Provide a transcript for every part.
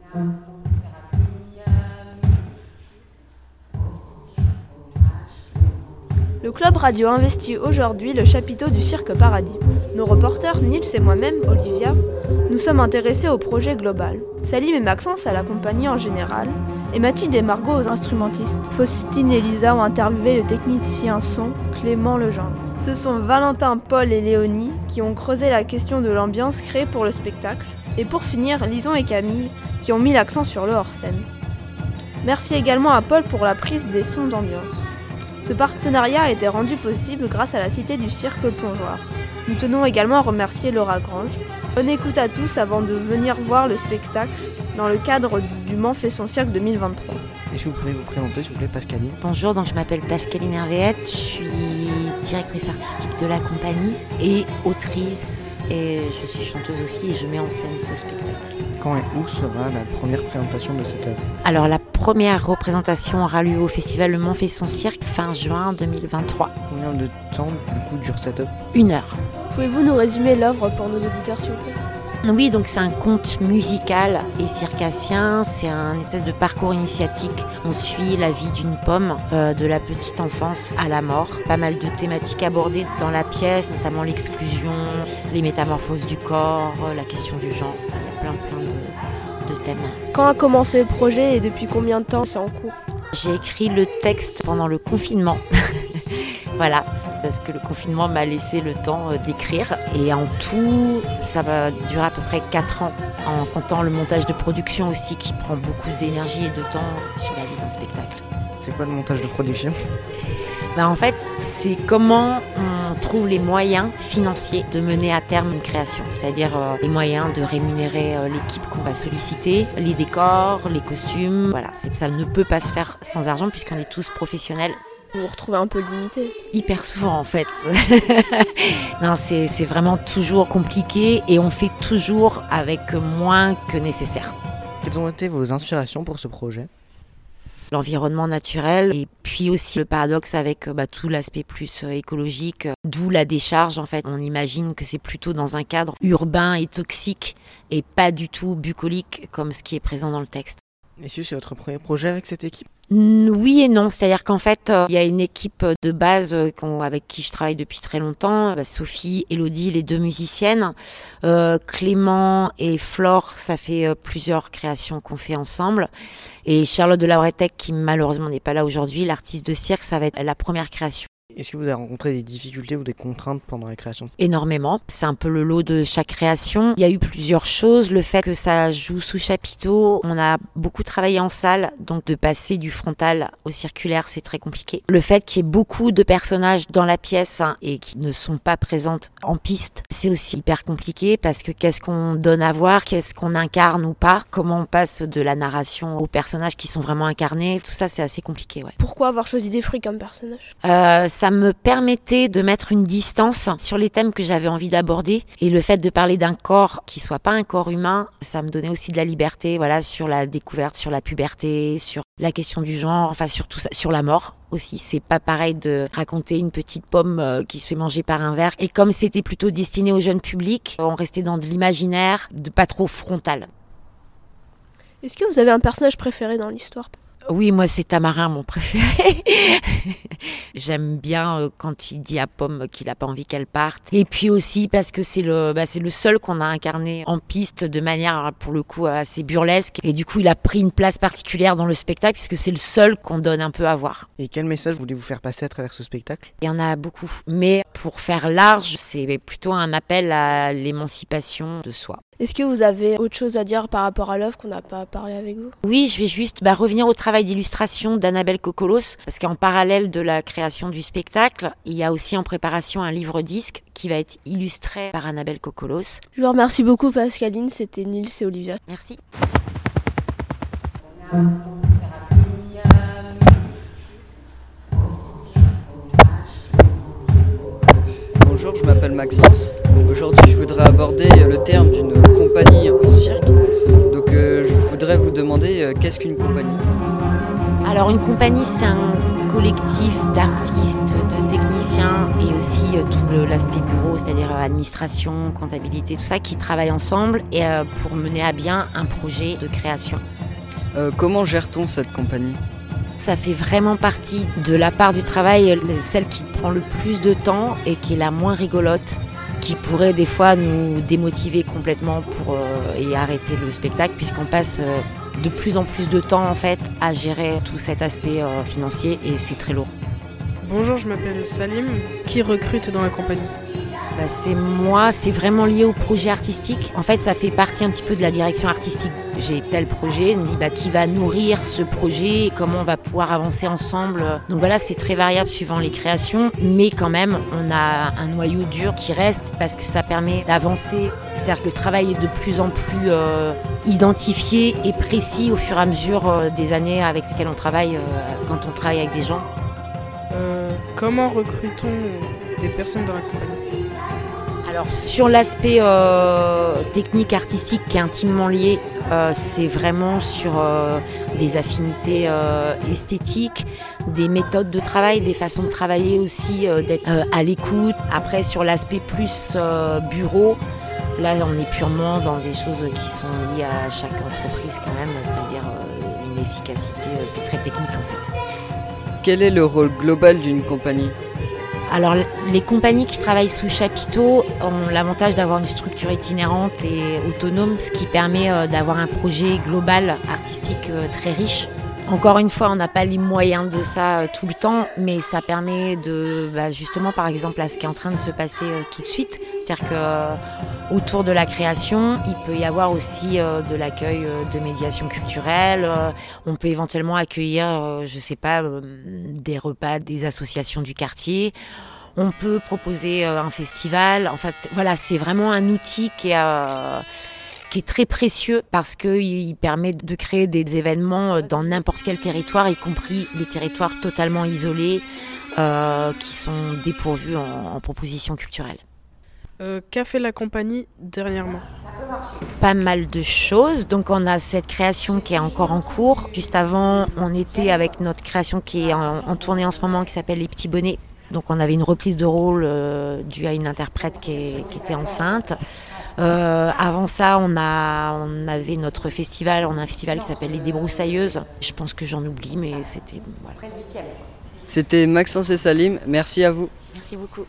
Le Club Radio investit aujourd'hui le chapiteau du Cirque Paradis. Nos reporters, Nils et moi-même, Olivia, nous sommes intéressés au projet global. Salim et Maxence à la compagnie en général, et Mathilde et Margot aux instrumentistes. Faustine et Lisa ont interviewé le technicien son, Clément Legendre. Ce sont Valentin, Paul et Léonie qui ont creusé la question de l'ambiance créée pour le spectacle. Et pour finir, Lison et Camille qui ont mis l'accent sur le hors-scène. Merci également à Paul pour la prise des sons d'ambiance. Ce partenariat a été rendu possible grâce à la Cité du Cirque Le Plongeoir. Nous tenons également à remercier Laura Grange. Bonne écoute à tous avant de venir voir le spectacle dans le cadre du Mans fait son cirque 2023. Et si vous pouvez vous présenter, s'il vous plaît, Pascaline. Bonjour, donc je m'appelle Pascaline Hervéette, je suis directrice artistique de la compagnie et autrice, et je suis chanteuse aussi et je mets en scène ce spectacle. Quand et où sera la première présentation de cette œuvre ? Alors la première représentation aura lieu au festival Le Mans fait son cirque fin juin 2023. Combien de temps du coup dure cette œuvre ? 1 heure. Pouvez-vous nous résumer l'œuvre pour nos auditeurs s'il vous plaît ? Oui, donc c'est un conte musical et circassien, c'est un espèce de parcours initiatique. On suit la vie d'une pomme, de la petite enfance à la mort. Pas mal de thématiques abordées dans la pièce, notamment l'exclusion, les métamorphoses du corps, la question du genre. Enfin, il y a plein de thèmes. Quand a commencé le projet et depuis combien de temps c'est en cours ? J'ai écrit le texte pendant le confinement. Voilà, c'est parce que le confinement m'a laissé le temps d'écrire. Et en tout, ça va durer à peu près 4 ans, en comptant le montage de production aussi, qui prend beaucoup d'énergie et de temps sur la vie d'un spectacle. C'est quoi le montage de production ? En fait, c'est comment on trouve les moyens financiers de mener à terme une création. C'est-à-dire les moyens de rémunérer l'équipe qu'on va solliciter, les décors, les costumes. Voilà, ça ne peut pas se faire sans argent puisqu'on est tous professionnels. Vous vous retrouvez un peu limité ? Hyper souvent en fait. Non, c'est vraiment toujours compliqué et on fait toujours avec moins que nécessaire. Quelles ont été vos inspirations pour ce projet ? L'environnement naturel et puis aussi le paradoxe avec tout l'aspect plus écologique, d'où la décharge en fait. On imagine que c'est plutôt dans un cadre urbain et toxique et pas du tout bucolique comme ce qui est présent dans le texte. Est-ce que c'est votre premier projet avec cette équipe ? Oui et non, c'est-à-dire qu'en fait, il y a une équipe de base avec qui je travaille depuis très longtemps. Sophie, Élodie, les 2 musiciennes. Clément et Flore, ça fait plusieurs créations qu'on fait ensemble. Et Charlotte de Lauretec, qui malheureusement n'est pas là aujourd'hui, l'artiste de cirque, ça va être la première création. Est-ce que vous avez rencontré des difficultés ou des contraintes pendant la création ? Énormément. C'est un peu le lot de chaque création. Il y a eu plusieurs choses. Le fait que ça joue sous chapiteau, on a beaucoup travaillé en salle, donc de passer du frontal au circulaire, c'est très compliqué. Le fait qu'il y ait beaucoup de personnages dans la pièce et qui ne sont pas présentes en piste, c'est aussi hyper compliqué parce que qu'est-ce qu'on donne à voir, qu'est-ce qu'on incarne ou pas, comment on passe de la narration aux personnages qui sont vraiment incarnés, tout ça c'est assez compliqué. Ouais. Pourquoi avoir choisi des fruits comme personnage ? Ça me permettait de mettre une distance sur les thèmes que j'avais envie d'aborder et le fait de parler d'un corps qui soit pas un corps humain, ça me donnait aussi de la liberté, voilà, sur la découverte, sur la puberté, sur la question du genre, enfin sur tout ça, sur la mort aussi. C'est pas pareil de raconter une petite pomme qui se fait manger par un ver. Et comme c'était plutôt destiné au jeune public, on restait dans de l'imaginaire, de pas trop frontal. Est-ce que vous avez un personnage préféré dans l'histoire ? Oui, moi c'est Tamarin, mon préféré. J'aime bien quand il dit à Pomme qu'il n'a pas envie qu'elle parte. Et puis aussi parce que c'est le seul qu'on a incarné en piste de manière pour le coup assez burlesque. Et du coup il a pris une place particulière dans le spectacle puisque c'est le seul qu'on donne un peu à voir. Et quel message voulez-vous faire passer à travers ce spectacle ? Il y en a beaucoup. Mais pour faire large, c'est plutôt un appel à l'émancipation de soi. Est-ce que vous avez autre chose à dire par rapport à l'œuvre qu'on n'a pas parlé avec vous ? Oui, je vais juste revenir au travail d'illustration d'Annabelle Cocolos, parce qu'en parallèle de la création du spectacle, il y a aussi en préparation un livre-disque qui va être illustré par Annabelle Cocolos. Je vous remercie beaucoup Pascaline, c'était Nils et Olivia. Merci. Bonjour, je m'appelle Maxence. Aujourd'hui, je voudrais aborder le terme d'une compagnie en cirque. Donc, je voudrais vous demander qu'est-ce qu'une compagnie ? Alors, une compagnie, c'est un collectif d'artistes, de techniciens et aussi tout l'aspect bureau, c'est-à-dire administration, comptabilité, tout ça, qui travaillent ensemble et pour mener à bien un projet de création. Comment gère-t-on cette compagnie ? Ça fait vraiment partie de la part du travail, celle qui prend le plus de temps et qui est la moins rigolote, qui pourrait des fois nous démotiver complètement et arrêter le spectacle, puisqu'on passe de plus en plus de temps en fait à gérer tout cet aspect financier et c'est très lourd. Bonjour, je m'appelle Salim. Qui recrute dans la compagnie ? C'est vraiment lié au projet artistique. En fait, ça fait partie un petit peu de la direction artistique. J'ai tel projet, on me dit qui va nourrir ce projet et comment on va pouvoir avancer ensemble. Donc voilà, c'est très variable suivant les créations, mais quand même, on a un noyau dur qui reste parce que ça permet d'avancer. C'est-à-dire que le travail est de plus en plus identifié et précis au fur et à mesure des années avec lesquelles on travaille quand on travaille avec des gens. Comment recrute-t-on des personnes dans la compagnie ? Alors sur l'aspect technique, artistique qui est intimement lié, c'est vraiment sur des affinités esthétiques, des méthodes de travail, des façons de travailler aussi, d'être à l'écoute. Après sur l'aspect plus bureau, là on est purement dans des choses qui sont liées à chaque entreprise quand même, c'est-à-dire une efficacité, c'est très technique en fait. Quel est le rôle global d'une compagnie ? Alors les compagnies qui travaillent sous chapiteau ont l'avantage d'avoir une structure itinérante et autonome, ce qui permet d'avoir un projet global artistique très riche. Encore une fois, on n'a pas les moyens de ça tout le temps, mais ça permet de, justement par exemple à ce qui est en train de se passer tout de suite, c'est-à-dire qu'autour de la création, il peut y avoir aussi de l'accueil de médiation culturelle, on peut éventuellement accueillir, des repas des associations du quartier. On peut proposer un festival. En fait, voilà, c'est vraiment un outil qui est très précieux parce qu'il permet de créer des événements dans n'importe quel territoire, y compris les territoires totalement isolés qui sont dépourvus en propositions culturelles. Qu'a fait la compagnie dernièrement ? Pas mal de choses. Donc on a cette création qui est encore en cours. Juste avant, on était avec notre création qui est en tournée en ce moment qui s'appelle Les Petits Bonnets. Donc on avait une reprise de rôle due à une interprète qui était enceinte. Avant ça, on avait notre festival. On a un festival qui s'appelle Les Débroussailleuses. Je pense que j'en oublie, mais c'était... Voilà. C'était Maxence et Salim, merci à vous. Merci beaucoup.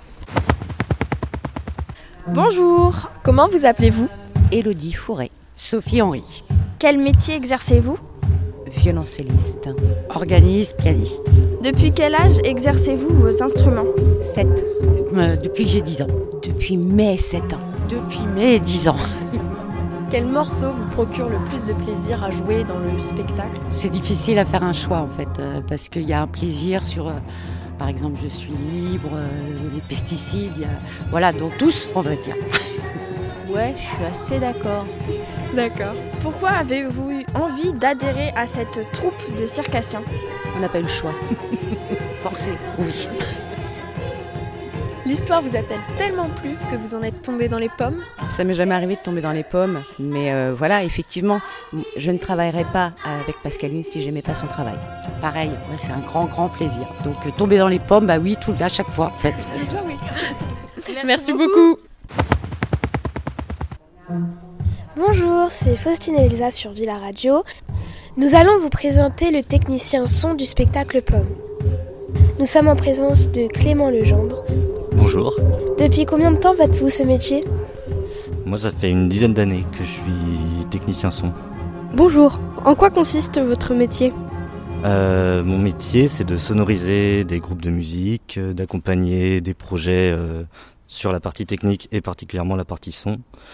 Bonjour, comment vous appelez-vous ? Élodie Fourret, Sophie Henry, Quel métier exercez-vous ? violoncelliste, organiste, pianiste. Depuis quel âge exercez-vous vos instruments ? 7. Depuis que j'ai 10 ans. Depuis mai 7 ans. Depuis mai 10 ans. Quel morceau vous procure le plus de plaisir à jouer dans le spectacle ? C'est difficile à faire un choix en fait, parce qu'il y a un plaisir sur, par exemple, Je suis libre, les pesticides, voilà, donc tous, on va dire. Ouais, je suis assez d'accord. D'accord. Pourquoi avez-vous eu envie d'adhérer à cette troupe de circassiens ? On n'a pas eu le choix. Forcé, oui. L'histoire vous a-t-elle tellement plu que vous en êtes tombé dans les pommes ? Ça m'est jamais arrivé de tomber dans les pommes, mais voilà, effectivement, je ne travaillerais pas avec Pascaline si j'aimais pas son travail. Pareil, ouais, c'est un grand plaisir. Donc tomber dans les pommes, oui, à chaque fois, en fait. Merci beaucoup. Bonjour, c'est Faustine Elsa sur Villa Radio. Nous allons vous présenter le technicien son du spectacle Pomme. Nous sommes en présence de Clément Legendre. Bonjour. Depuis combien de temps faites-vous ce métier ? Moi, ça fait une dizaine d'années que je suis technicien son. Bonjour, en quoi consiste votre métier ? Mon métier, c'est de sonoriser des groupes de musique, d'accompagner des projets sur la partie technique et particulièrement la partie son,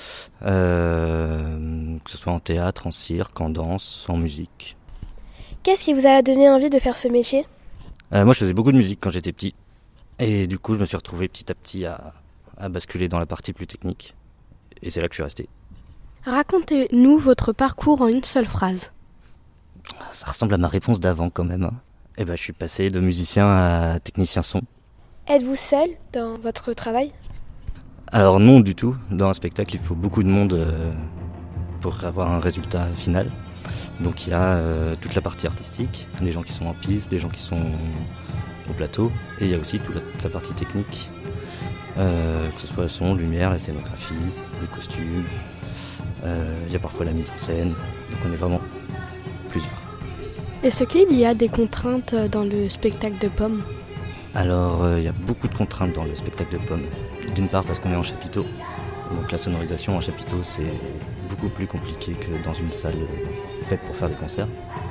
que ce soit en théâtre, en cirque, en danse, en musique. Qu'est-ce qui vous a donné envie de faire ce métier ? Moi, je faisais beaucoup de musique quand j'étais petit. Et du coup, je me suis retrouvé petit à petit à basculer dans la partie plus technique. Et c'est là que je suis resté. Racontez-nous votre parcours en une seule phrase. Ça ressemble à ma réponse d'avant quand même. Je suis passé de musicien à technicien son. Êtes-vous seul dans votre travail ? Alors non du tout. Dans un spectacle, il faut beaucoup de monde pour avoir un résultat final. Donc il y a toute la partie artistique, les gens qui sont en piste, les gens qui sont au plateau, et il y a aussi toute la partie technique, que ce soit le son, lumière, la scénographie, les costumes, il y a parfois la mise en scène, donc on est vraiment plusieurs. Est-ce qu'il y a des contraintes dans le spectacle de pommes ? Alors il y a beaucoup de contraintes dans le spectacle de pommes. D'une part parce qu'on est en chapiteau, donc la sonorisation en chapiteau c'est beaucoup plus compliqué que dans une salle faite pour faire des concerts.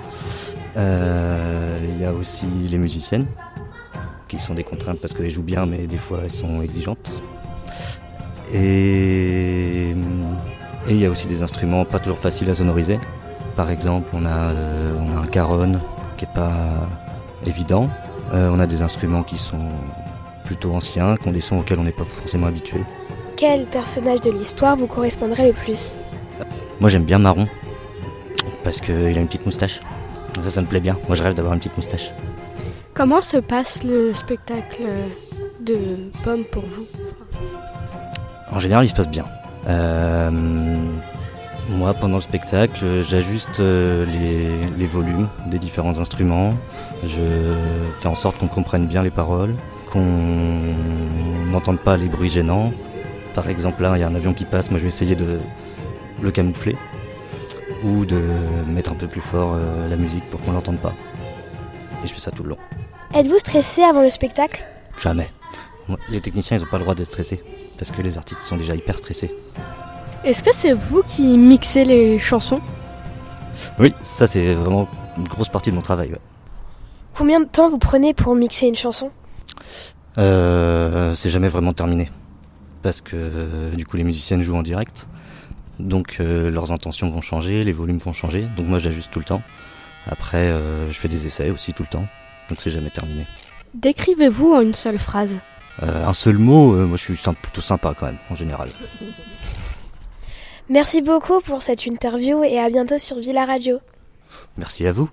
Il y a aussi les musiciennes qui sont des contraintes parce qu'elles jouent bien mais des fois elles sont exigeantes. Et il y a aussi des instruments pas toujours faciles à sonoriser. Par exemple on a un caronne qui n'est pas évident. On a des instruments qui sont plutôt anciens, qui ont des sons auxquels on n'est pas forcément habitué. Quel personnage de l'histoire vous correspondrait le plus ? Moi j'aime bien Marron, parce qu'il a une petite moustache. Ça me plaît bien. Moi je rêve d'avoir une petite moustache. Comment se passe le spectacle de pommes pour vous ? En général il se passe bien. Moi pendant le spectacle j'ajuste les volumes des différents instruments. Je fais en sorte qu'on comprenne bien les paroles, qu'on n'entende pas les bruits gênants. Par exemple là il y a un avion qui passe, moi je vais essayer de le camoufler ou de mettre un peu plus fort la musique pour qu'on l'entende pas. Et je fais ça tout le long. Êtes-vous stressé avant le spectacle ? Jamais. Les techniciens ils n'ont pas le droit d'être stressés parce que les artistes sont déjà hyper stressés. Est-ce que c'est vous qui mixez les chansons ? Oui, ça c'est vraiment une grosse partie de mon travail. Ouais. Combien de temps vous prenez pour mixer une chanson ? C'est jamais vraiment terminé. Parce que du coup les musiciennes jouent en direct. Donc leurs intentions vont changer, les volumes vont changer. Donc moi j'ajuste tout le temps. Après je fais des essais aussi tout le temps. Donc c'est jamais terminé. Décrivez-vous en une seule phrase. Un seul mot, moi je suis plutôt sympa quand même en général. Merci beaucoup pour cette interview et à bientôt sur Villa Radio. Merci à vous.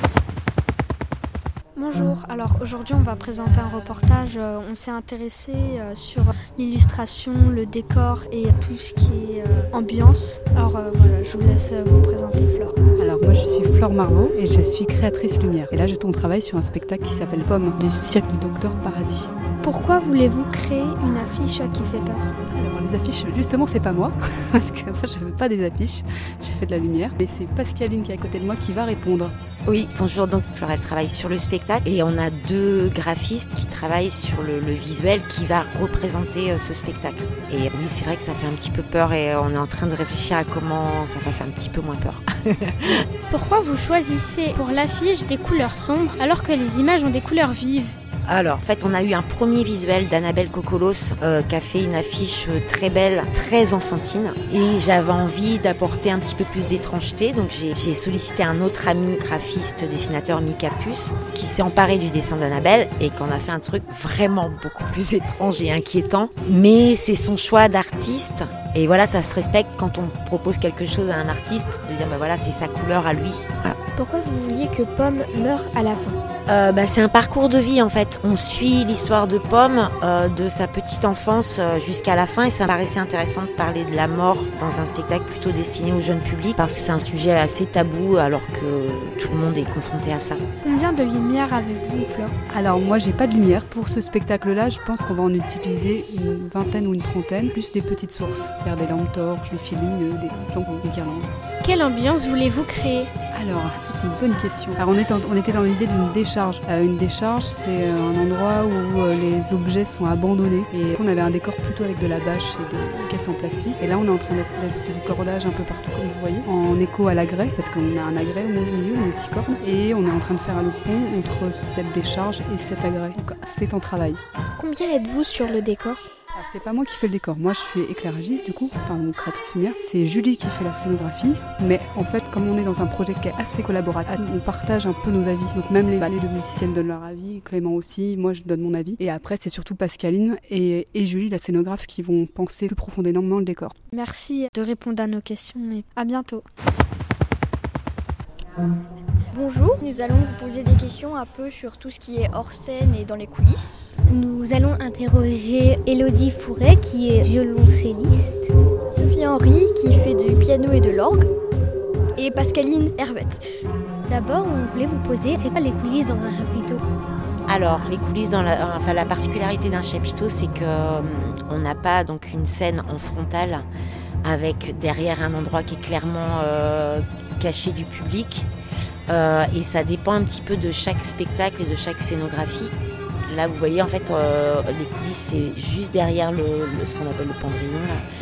Bonjour, alors aujourd'hui on va présenter un reportage, on s'est intéressé sur l'illustration, le décor et tout ce qui est ambiance. Alors voilà, je vous laisse vous présenter Flore. Alors moi je suis Flore Marvaux et je suis créatrice lumière. Et là je travaille sur un spectacle qui s'appelle Pomme, du cirque du Docteur Paradis. Pourquoi voulez-vous créer une affiche qui fait peur ? Alors les affiches, justement c'est pas moi, parce que moi je fais pas des affiches, j'ai fait de la lumière. Et c'est Pascaline qui est à côté de moi qui va répondre. Oui, bonjour, donc Flore elle travaille sur le spectacle et on a 2 graphistes qui travaillent sur le visuel qui va représenter ce spectacle. Et oui, c'est vrai que ça fait un petit peu peur et on est en train de réfléchir à comment ça fasse un petit peu moins peur. Pourquoi vous choisissez pour l'affiche des couleurs sombres alors que les images ont des couleurs vives ? Alors, en fait, on a eu un premier visuel d'Annabelle Cocolos qui a fait une affiche très belle, très enfantine. Et j'avais envie d'apporter un petit peu plus d'étrangeté. Donc, j'ai sollicité un autre ami graphiste, dessinateur, Mika Puce, qui s'est emparé du dessin d'Annabelle et qu'on a fait un truc vraiment beaucoup plus étrange et inquiétant. Mais c'est son choix d'artiste. Et voilà, ça se respecte quand on propose quelque chose à un artiste, de dire voilà, c'est sa couleur à lui. Voilà. Pourquoi vous vouliez que Pomme meure à la fin ? C'est un parcours de vie en fait. On suit l'histoire de Pomme de sa petite enfance jusqu'à la fin et ça me paraissait intéressant de parler de la mort dans un spectacle plutôt destiné au jeune public parce que c'est un sujet assez tabou alors que tout le monde est confronté à ça. Combien de lumière avez-vous, Flore ? Alors moi j'ai pas de lumière. Pour ce spectacle-là, je pense qu'on va en utiliser une vingtaine ou une trentaine, plus des petites sources, c'est-à-dire des lampes torches, des fils lumineux, des guirlandes. Quelle ambiance voulez-vous créer ? Alors, c'est une bonne question. Alors, on était dans l'idée d'une décharge. Une décharge, c'est un endroit où les objets sont abandonnés. Et on avait un décor plutôt avec de la bâche et des caisses en plastique. Et là, on est en train d'ajouter du cordage un peu partout, comme vous voyez, en écho à l'agrès, parce qu'on a un agrès au milieu, une petite corde. Et on est en train de faire le pont entre cette décharge et cet agrès. Donc, c'est en travail. Combien êtes-vous sur le décor ? Alors, c'est pas moi qui fais le décor, moi je suis éclairagiste du coup, enfin mon créatrice lumière. C'est Julie qui fait la scénographie, mais en fait comme on est dans un projet qui est assez collaboratif, on partage un peu nos avis. Donc même les 2 musiciennes donnent leur avis, Clément aussi, moi je donne mon avis. Et après c'est surtout Pascaline et Julie, la scénographe, qui vont penser plus profondément le décor. Merci de répondre à nos questions et à bientôt. Bonjour, nous allons vous poser des questions un peu sur tout ce qui est hors scène et dans les coulisses. Nous allons interroger Élodie Fouret qui est violoncelliste. Sophie Henry qui fait du piano et de l'orgue. et Pascaline Hervette. D'abord, on voulait vous poser, c'est quoi les coulisses dans un chapiteau? Alors, les coulisses, la particularité d'un chapiteau, c'est qu'on n'a pas donc une scène en frontale avec derrière un endroit qui est clairement caché du public. Et ça dépend un petit peu de chaque spectacle et de chaque scénographie. Là, vous voyez, en fait, les coulisses, c'est juste derrière ce qu'on appelle le pendrillon,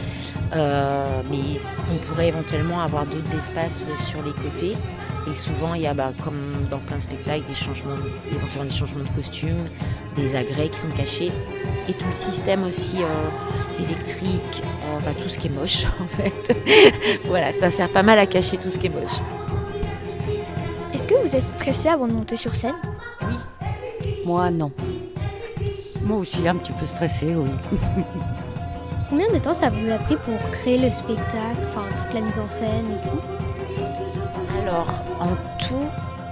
là. Mais on pourrait éventuellement avoir d'autres espaces sur les côtés. Et souvent, il y a, comme dans plein de spectacles, éventuellement des changements de costumes, des agrès qui sont cachés. Et tout le système aussi électrique, tout ce qui est moche, en fait. Voilà, ça sert pas mal à cacher tout ce qui est moche. Est-ce que vous êtes stressé avant de monter sur scène? Oui. Moi, non. Moi aussi, un petit peu stressée, oui. Combien de temps ça vous a pris pour créer le spectacle, toute la mise en scène et tout? Alors, en tout,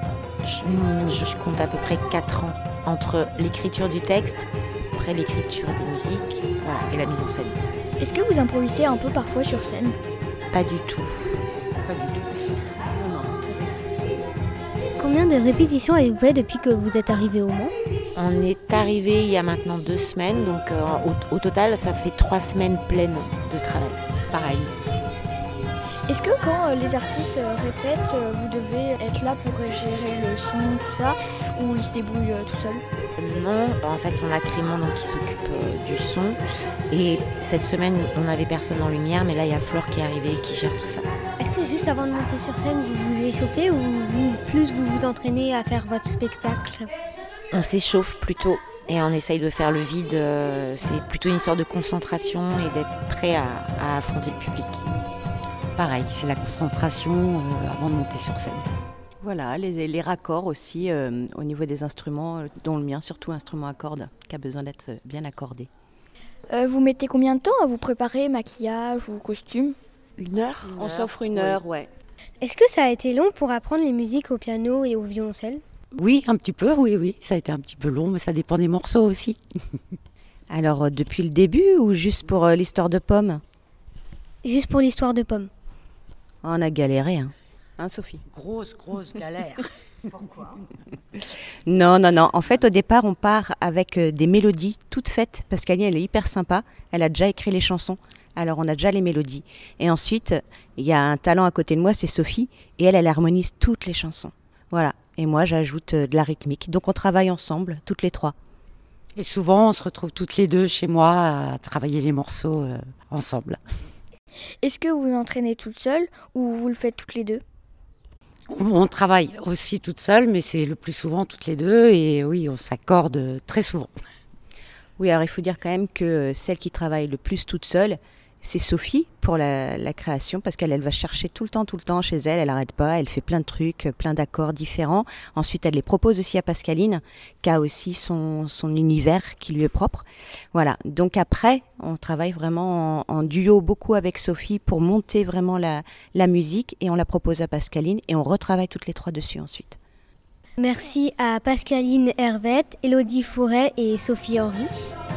je compte à peu près 4 ans entre l'écriture du texte, après l'écriture des musiques, et la mise en scène. Est-ce que vous improvisez un peu parfois sur scène? Pas du tout. Pas du tout. Non, c'est très agréable. Combien de répétitions avez-vous fait depuis que vous êtes arrivé au Mans? On est arrivé il y a maintenant 2 semaines, donc au total, ça fait 3 semaines pleines de travail. Pareil. Est-ce que quand les artistes répètent, vous devez être là pour gérer le son, tout ça, ou ils se débrouillent tout seuls? Non, en fait on a Clément qui s'occupe du son, et cette semaine on n'avait personne en lumière, mais là il y a Flore qui est arrivée et qui gère tout ça. Est-ce que juste avant de monter sur scène vous vous échauffez ou vous vous entraînez à faire votre spectacle? On s'échauffe plutôt et on essaye de faire le vide, c'est plutôt une histoire de concentration et d'être prêt à affronter le public. Pareil, c'est la concentration avant de monter sur scène. Voilà, les raccords aussi au niveau des instruments, dont le mien, surtout instrument à cordes, qui a besoin d'être bien accordé. Vous mettez combien de temps à vous préparer, maquillage ou costume? 1 heure. On s'offre 1 heure, ouais. Est-ce que ça a été long pour apprendre les musiques au piano et au violoncelle? Oui, un petit peu, oui. Ça a été un petit peu long, mais ça dépend des morceaux aussi. Alors, depuis le début ou juste pour l'histoire de Pomme? Juste pour l'histoire de Pomme. On a galéré, hein, Sophie? Grosse galère. Pourquoi? Non. En fait, au départ, on part avec des mélodies toutes faites. Pascaline, elle est hyper sympa. Elle a déjà écrit les chansons. Alors, on a déjà les mélodies. Et ensuite, il y a un talent à côté de moi, c'est Sophie. Et elle harmonise toutes les chansons. Voilà. Et moi, j'ajoute de la rythmique. Donc, on travaille ensemble, toutes les 3. Et souvent, on se retrouve toutes les 2 chez moi à travailler les morceaux ensemble. Est-ce que vous vous entraînez toute seule ou vous le faites toutes les 2? On travaille aussi toute seule, mais c'est le plus souvent toutes les 2. Et oui, on s'accorde très souvent. Oui, alors il faut dire quand même que celle qui travaille le plus toute seule, c'est Sophie pour la création, parce qu'elle va chercher tout le temps chez elle, elle n'arrête pas, elle fait plein de trucs, plein d'accords différents. Ensuite, elle les propose aussi à Pascaline, qui a aussi son univers qui lui est propre. Voilà, donc après, on travaille vraiment en duo beaucoup avec Sophie pour monter vraiment la musique, et on la propose à Pascaline, et on retravaille toutes les 3 dessus ensuite. Merci à Pascaline Hervette, Élodie Fouret et Sophie Henry.